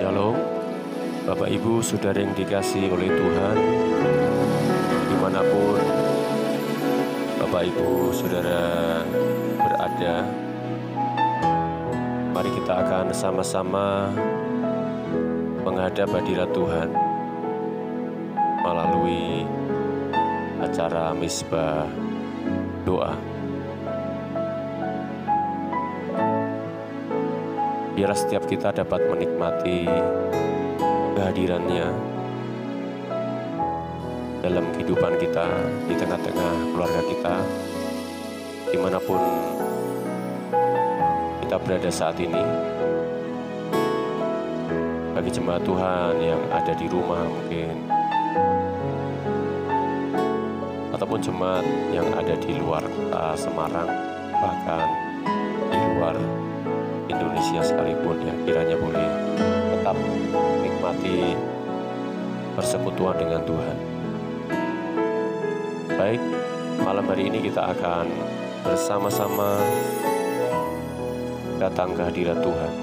Shalom, Bapak Ibu Saudara yang dikasihi oleh Tuhan, dimanapun Bapak Ibu Saudara berada, mari kita akan sama-sama menghadap hadirat Tuhan melalui acara Misbah Doa. Biarlah setiap kita dapat menikmati kehadirannya dalam kehidupan kita, di tengah-tengah keluarga kita, dimanapun kita berada saat ini. Bagi jemaat Tuhan yang ada di rumah mungkin, ataupun jemaat yang ada di luar kota Semarang, bahkan di luar Indonesia sekalipun, ya kiranya boleh tetap menikmati persekutuan dengan Tuhan. Baik, malam hari ini kita akan bersama-sama datang ke hadirat Tuhan.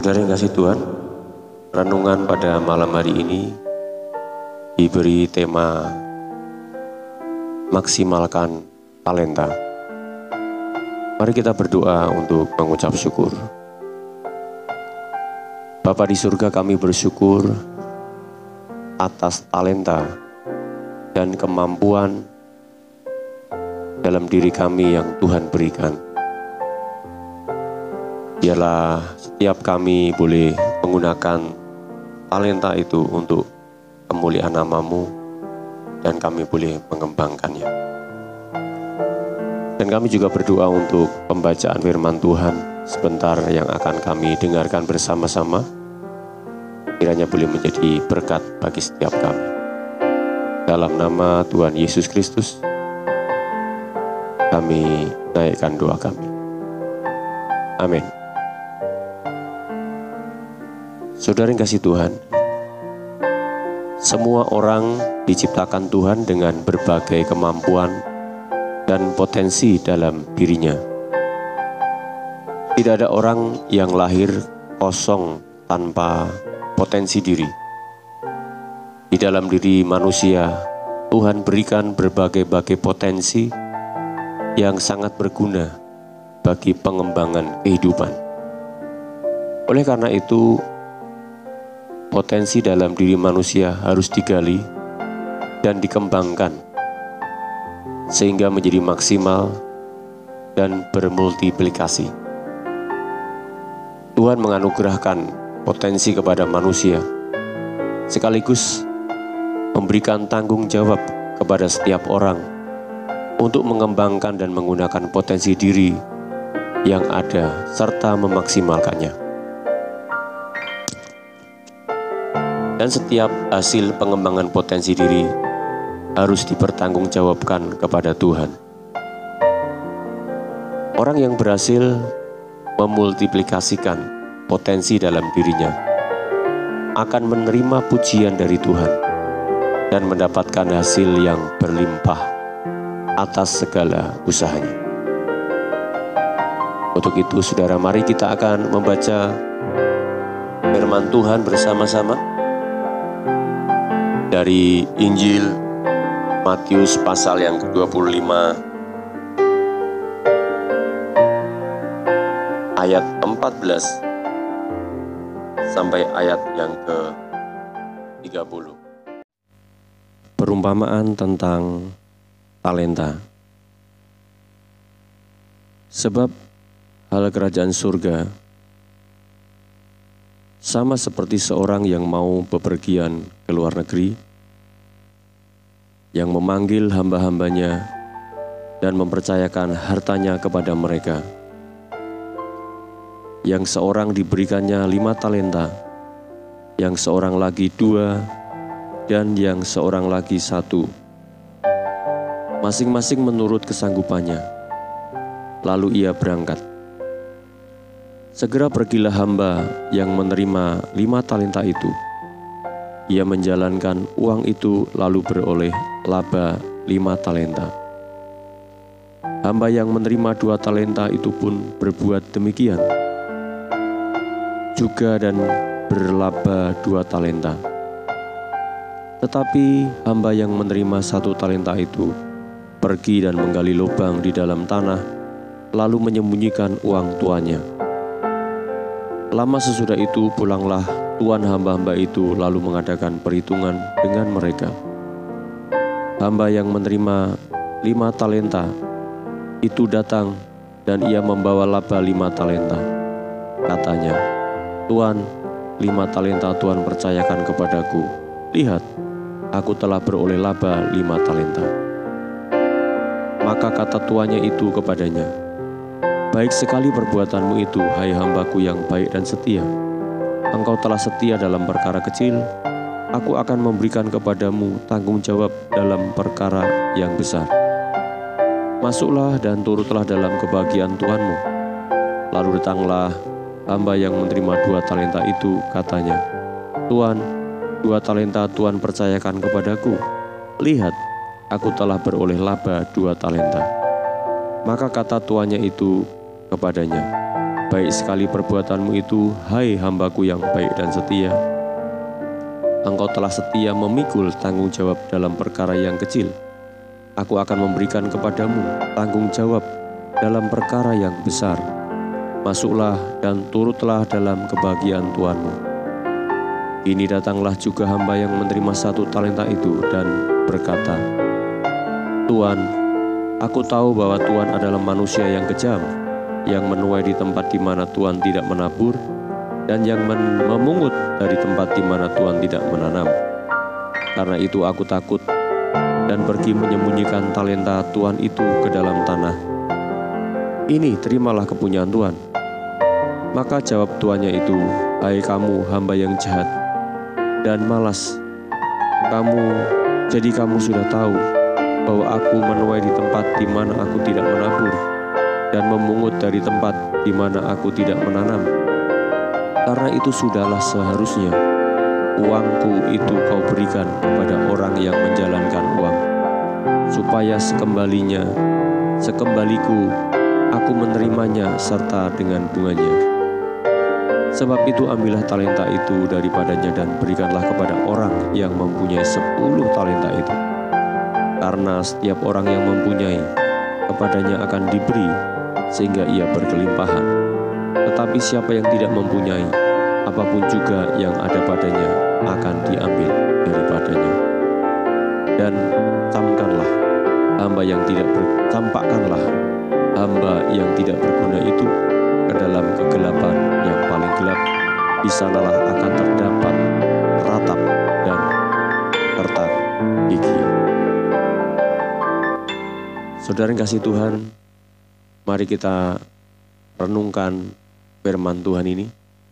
Saudara yang kasih Tuhan, renungan pada malam hari ini diberi tema maksimalkan talenta. Mari kita berdoa untuk mengucap syukur. Bapa di surga, kami bersyukur atas talenta dan kemampuan dalam diri kami yang Tuhan berikan. Biarlah setiap kami boleh menggunakan talenta itu untuk kemuliaan nama-Mu dan kami boleh mengembangkannya. Dan kami juga berdoa untuk pembacaan firman Tuhan sebentar yang akan kami dengarkan bersama-sama. Kiranya boleh menjadi berkat bagi setiap kami. Dalam nama Tuhan Yesus Kristus, kami naikkan doa kami. Amin. Saudara yang kasih Tuhan, semua orang diciptakan Tuhan dengan berbagai kemampuan dan potensi dalam dirinya. Tidak ada orang yang lahir kosong tanpa potensi diri. Di dalam diri manusia, Tuhan berikan berbagai-bagai potensi yang sangat berguna bagi pengembangan kehidupan. Oleh karena itu, potensi dalam diri manusia harus digali dan dikembangkan sehingga menjadi maksimal dan bermultiplikasi. Tuhan menganugerahkan potensi kepada manusia, sekaligus memberikan tanggung jawab kepada setiap orang untuk mengembangkan dan menggunakan potensi diri yang ada serta memaksimalkannya. Dan setiap hasil pengembangan potensi diri harus dipertanggungjawabkan kepada Tuhan. Orang yang berhasil memultiplikasikan potensi dalam dirinya akan menerima pujian dari Tuhan dan mendapatkan hasil yang berlimpah atas segala usahanya. Untuk itu, saudara, mari kita akan membaca firman Tuhan bersama-sama dari Injil Matius pasal yang ke-25 ayat 14 sampai ayat yang ke-30. Perumpamaan tentang talenta. Sebab hal kerajaan surga sama seperti seorang yang mau bepergian ke luar negeri, yang memanggil hamba-hambanya dan mempercayakan hartanya kepada mereka. Yang seorang diberikannya 5 talenta, yang seorang lagi 2, dan yang seorang lagi 1, masing-masing menurut kesanggupannya. Lalu ia berangkat. Segera pergilah hamba yang menerima 5 talenta itu. Ia menjalankan uang itu lalu beroleh laba 5 talenta. Hamba yang menerima 2 talenta itu pun berbuat demikian juga dan berlaba 2 talenta. Tetapi hamba yang menerima 1 talenta itu pergi dan menggali lubang di dalam tanah, lalu menyembunyikan uang tuannya. Lama sesudah itu pulanglah tuan hamba-hamba itu lalu mengadakan perhitungan dengan mereka. Hamba yang menerima 5 talenta itu datang dan ia membawa laba 5 talenta. Katanya, "Tuan, 5 talenta Tuhan percayakan kepadaku. Lihat, aku telah beroleh laba 5 talenta." Maka kata tuannya itu kepadanya, "Baik sekali perbuatanmu itu, hai hambaku yang baik dan setia. Engkau telah setia dalam perkara kecil, aku akan memberikan kepadamu tanggung jawab dalam perkara yang besar. Masuklah dan turutlah dalam kebahagiaan Tuanmu." Lalu datanglah hamba yang menerima 2 talenta itu, katanya, "Tuan, 2 talenta Tuan percayakan kepadaku. Lihat, aku telah beroleh laba 2 talenta." Maka kata tuannya itu kepadanya, Baik sekali perbuatanmu itu, hai hambaku yang baik dan setia. Engkau telah setia memikul tanggung jawab dalam perkara yang kecil. Aku akan memberikan kepadamu tanggung jawab dalam perkara yang besar. Masuklah dan turutlah dalam kebahagiaan Tuhanmu. Kini datanglah juga hamba yang menerima 1 talenta itu dan berkata, Tuhan, aku tahu bahwa Tuhan adalah manusia yang kejam, yang menuai di tempat di mana Tuhan tidak menabur, dan yang memungut dari tempat di mana Tuhan tidak menanam. Karena itu aku takut dan pergi menyembunyikan talenta Tuhan itu ke dalam tanah. Ini terimalah kepunyaan Tuhan. Maka jawab tuannya itu, hai kamu hamba yang jahat dan malas, jadi kamu sudah tahu bahwa aku menuai di tempat di mana aku tidak menabur, dan memungut dari tempat di mana aku tidak menanam. Karena itu sudahlah seharusnya uangku itu kau berikan kepada orang yang menjalankan uang, supaya sekembaliku aku menerimanya serta dengan bunganya. Sebab itu ambillah talenta itu daripadanya dan berikanlah kepada orang yang mempunyai 10 talenta itu. Karena setiap orang yang mempunyai, kepadanya akan diberi sehingga ia berkelimpahan. Tetapi siapa yang tidak mempunyai, apapun juga yang ada padanya akan diambil daripadanya. Dan campakkanlah hamba yang tidak berguna itu ke dalam kegelapan yang paling gelap. Di sanalah akan terdapat ratap dan retak gigi. Saudara yang kasih Tuhan, mari kita renungkan firman Tuhan ini.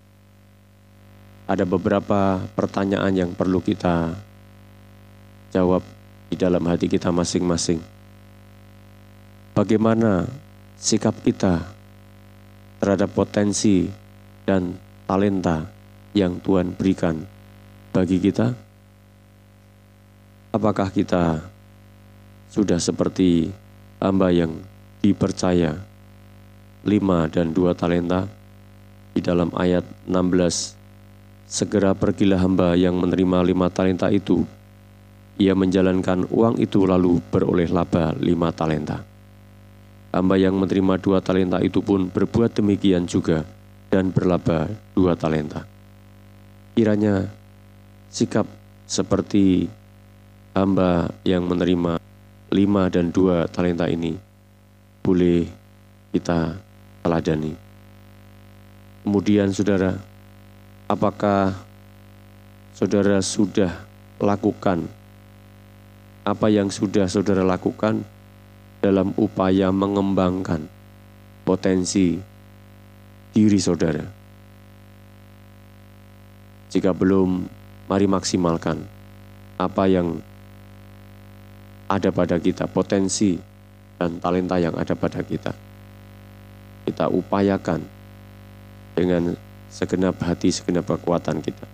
Ada beberapa pertanyaan yang perlu kita jawab di dalam hati kita masing-masing. Bagaimana sikap kita terhadap potensi dan talenta yang Tuhan berikan bagi kita? Apakah kita sudah seperti hamba yang dipercaya 5 dan 2 talenta? Di dalam ayat 16, segera pergilah hamba yang menerima 5 talenta itu. Ia menjalankan uang itu lalu beroleh laba 5 talenta. Hamba yang menerima 2 talenta itu pun berbuat demikian juga dan berlaba 2 talenta. Kiranya sikap seperti hamba yang menerima 5 dan 2 talenta ini boleh kita teladani. Kemudian saudara, apakah saudara sudah lakukan apa yang sudah saudara lakukan dalam upaya mengembangkan potensi diri saudara? Jika belum, mari maksimalkan apa yang ada pada kita, potensi dan talenta yang ada pada kita. Kita upayakan dengan segenap hati, segenap kekuatan kita.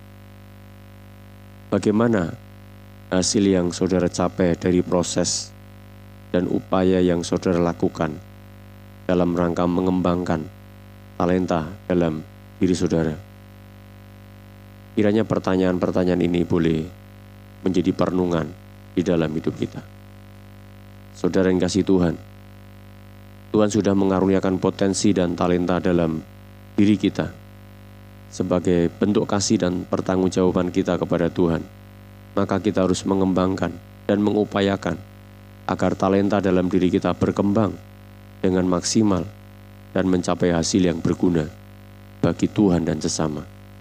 Bagaimana hasil yang saudara capai dari proses dan upaya yang saudara lakukan dalam rangka mengembangkan talenta dalam diri saudara? Kiranya pertanyaan-pertanyaan ini boleh menjadi perenungan di dalam hidup kita. Saudara yang kasih Tuhan, Tuhan sudah mengaruniakan potensi dan talenta dalam diri kita sebagai bentuk kasih dan pertanggungjawaban kita kepada Tuhan. Maka kita harus mengembangkan dan mengupayakan agar talenta dalam diri kita berkembang dengan maksimal dan mencapai hasil yang berguna bagi Tuhan dan sesama.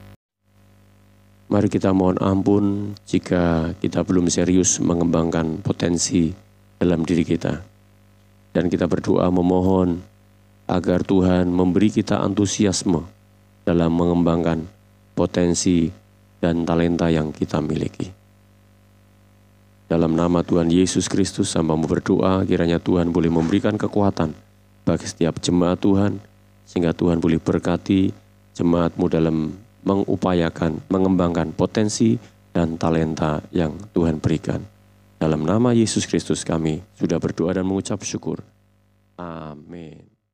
Mari kita mohon ampun jika kita belum serius mengembangkan potensi dalam diri kita. Dan kita berdoa memohon agar Tuhan memberi kita antusiasme dalam mengembangkan potensi dan talenta yang kita miliki. Dalam nama Tuhan Yesus Kristus, hamba-Mu berdoa kiranya Tuhan boleh memberikan kekuatan bagi setiap jemaat Tuhan, sehingga Tuhan boleh berkati jemaat-Mu dalam mengupayakan, mengembangkan potensi dan talenta yang Tuhan berikan. Dalam nama Yesus Kristus kami sudah berdoa dan mengucap syukur. Amin.